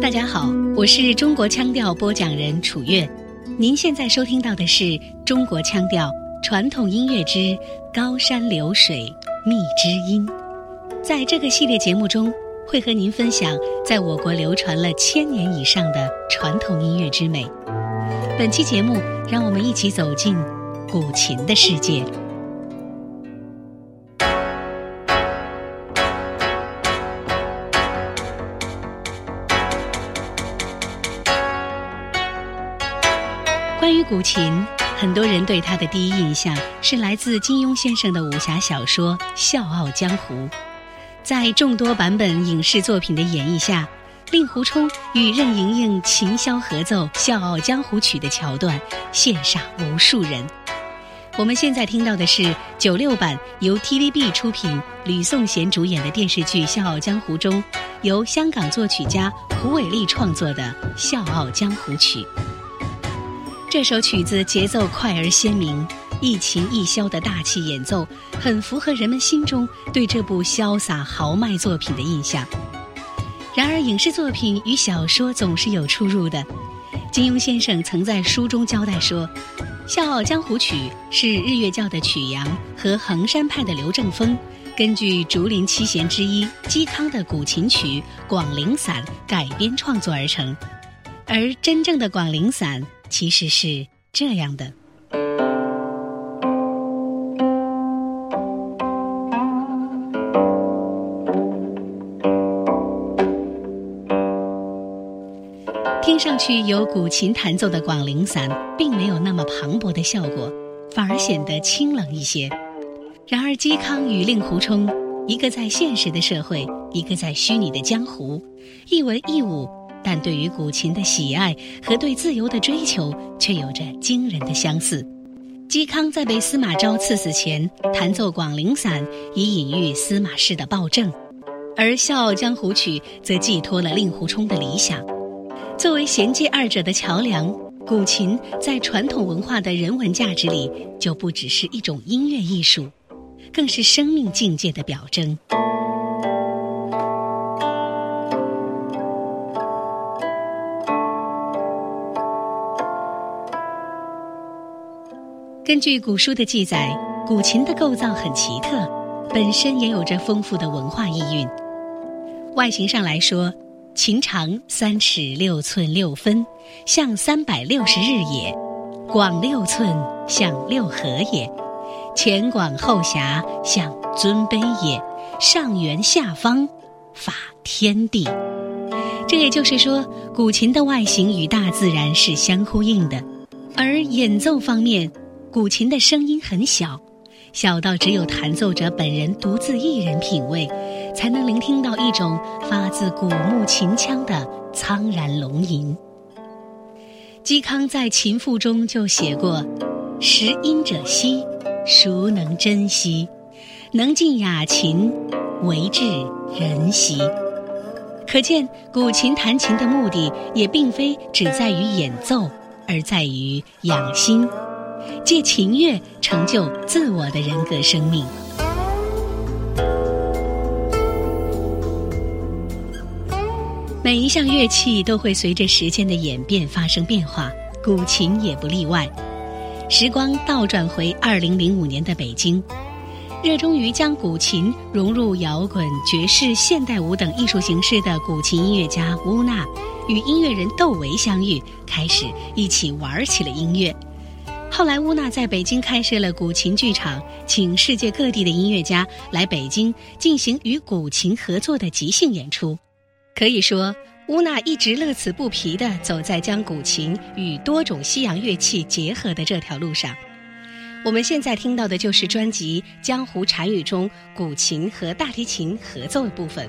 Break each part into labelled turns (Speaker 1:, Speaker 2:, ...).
Speaker 1: 大家好，我是中国腔调播讲人楚月。您现在收听到的是中国腔调传统音乐之高山流水蜜之音。在这个系列节目中，会和您分享在我国流传了1000年以上的传统音乐之美。本期节目，让我们一起走进古琴的世界。关于古琴，很多人对它的第一印象是来自金庸先生的武侠小说《笑傲江湖》。在众多版本影视作品的演绎下，令狐冲与任盈盈琴箫合奏《笑傲江湖曲》的桥段羡煞无数人。我们现在听到的是96版由 TVB 出品、吕颂贤主演的电视剧《笑傲江湖》中，由香港作曲家胡伟立创作的《笑傲江湖曲》。这首曲子节奏快而鲜明，一琴一箫的大气演奏，很符合人们心中对这部潇洒豪迈作品的印象。然而影视作品与小说总是有出入的。金庸先生曾在书中交代说，《笑傲江湖曲》是日月教的曲阳和衡山派的刘正风根据竹林七贤之一嵇康的古琴曲《广陵散》改编创作而成。而真正的《广陵散》其实是这样的。听上去由古琴弹奏的《广陵散》并没有那么磅礴的效果，反而显得清冷一些。然而嵇康与令狐冲，一个在现实的社会，一个在虚拟的江湖，一文一武，但对于古琴的喜爱和对自由的追求却有着惊人的相似。嵇康在被司马昭赐死前弹奏《广陵散》，以隐喻司马氏的暴政，而《笑傲江湖曲》则寄托了令狐冲的理想。作为衔接二者的桥梁，古琴在传统文化的人文价值里就不只是一种音乐艺术，更是生命境界的表征。根据古书的记载，古琴的构造很奇特，本身也有着丰富的文化意蕴。外形上来说，琴长3尺6寸6分，向360日也；广6寸，向6合也；前广后狭，向尊卑也；上圆下方，法天地。这也就是说，古琴的外形与大自然是相呼应的。而演奏方面，古琴的声音很小，小到只有弹奏者本人独自一人品味，才能聆听到一种发自古木琴腔的苍然龙吟。嵇康在《琴赋》中就写过：识音者稀，孰能珍惜？能进雅琴，为至人稀。可见古琴弹琴的目的也并非只在于演奏，而在于养心，借琴乐成就自我的人格生命。每一项乐器都会随着时间的演变发生变化，古琴也不例外。时光倒转回2005年的北京，热衷于将古琴融入摇滚、爵士、现代舞等艺术形式的古琴音乐家乌娜与音乐人窦唯相遇，开始一起玩起了音乐。后来乌娜在北京开设了古琴剧场，请世界各地的音乐家来北京进行与古琴合作的即兴演出。可以说，乌娜一直乐此不疲地走在将古琴与多种西洋乐器结合的这条路上。我们现在听到的就是专辑《江湖禅语》中古琴和大提琴合奏的部分。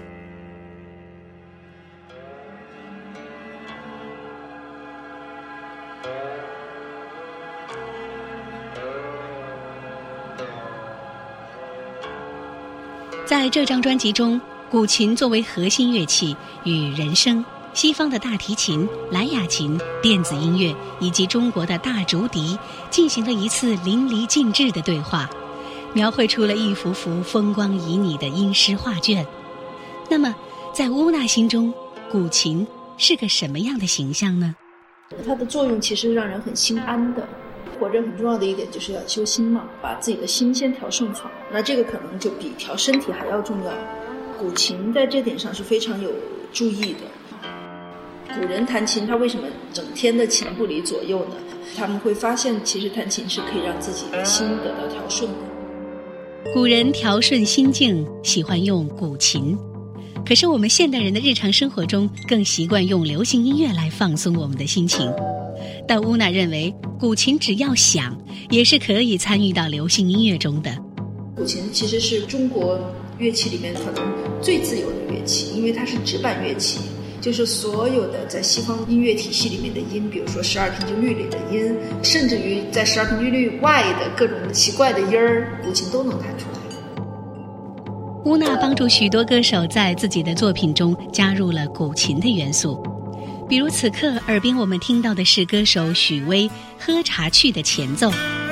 Speaker 1: 在这张专辑中，古琴作为核心乐器，与人声、西方的大提琴、蓝雅琴、电子音乐以及中国的大竹笛进行了一次淋漓尽致的对话，描绘出了一幅幅风光旖旎的音诗画卷。那么在乌娜心中，古琴是个什么样的形象呢？
Speaker 2: 它的作用其实让人很心安的。活着很重要的一点就是要修心嘛，把自己的心先调顺好，那这个可能就比调身体还要重要。古琴在这点上是非常有注意的。古人弹琴，他为什么整天的琴不离左右呢？他们会发现其实弹琴是可以让自己的心得到调顺的。
Speaker 1: 古人调顺心境喜欢用古琴，可是我们现代人的日常生活中更习惯用流行音乐来放松我们的心情。但乌娜认为古琴只要响也是可以参与到流行音乐中的。
Speaker 2: 古琴其实是中国乐器里面可能最自由的乐器，因为它是指板乐器，就是所有的在西方音乐体系里面的音，比如说12平均律里的音，甚至于在12平均律外的各种奇怪的音儿，古琴都能弹出来。
Speaker 1: 乌娜帮助许多歌手在自己的作品中加入了古琴的元素，比如此刻耳边我们听到的是歌手许巍《喝茶去》的前奏。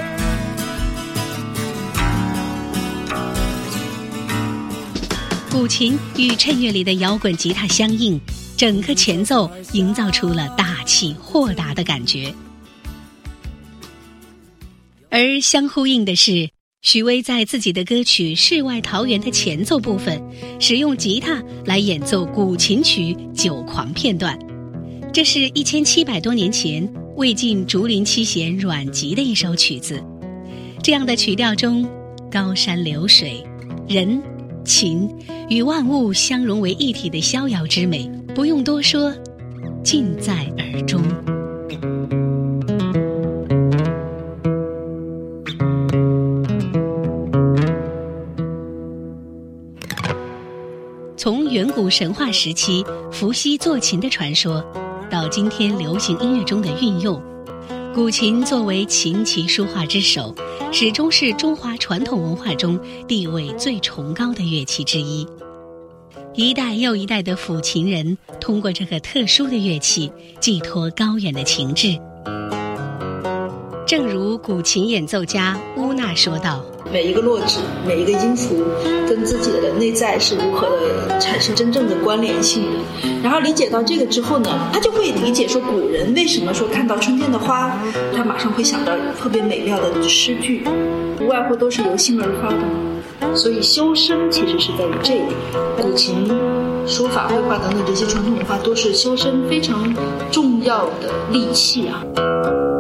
Speaker 1: 古琴与衬乐里的摇滚吉他相应，整个前奏营造出了大气豁达的感觉。而相呼应的是，许巍在自己的歌曲《世外桃源》的前奏部分使用吉他来演奏古琴曲《酒狂》片段，这是1700多年前魏晋竹林七贤阮籍的一首曲子。这样的曲调中，高山流水、人、琴与万物相融为一体的逍遥之美，不用多说，尽在耳中。从远古神话时期伏羲作琴的传说，到今天流行音乐中的运用，古琴作为琴棋书画之首，始终是中华传统文化中地位最崇高的乐器之一。一代又一代的抚琴人通过这个特殊的乐器寄托高远的情志。正如古琴演奏家乌娜说道，
Speaker 2: 每一个落指，每一个音符跟自己的内在是如何的产生真正的关联性的。然后理解到这个之后呢，他就会理解说古人为什么说看到春天的花，他马上会想到特别美妙的诗句，无外乎都是由心而发的。所以修身其实是在于这里，古琴、书法、绘画等等这些传统文化都是修身非常重要的利器啊。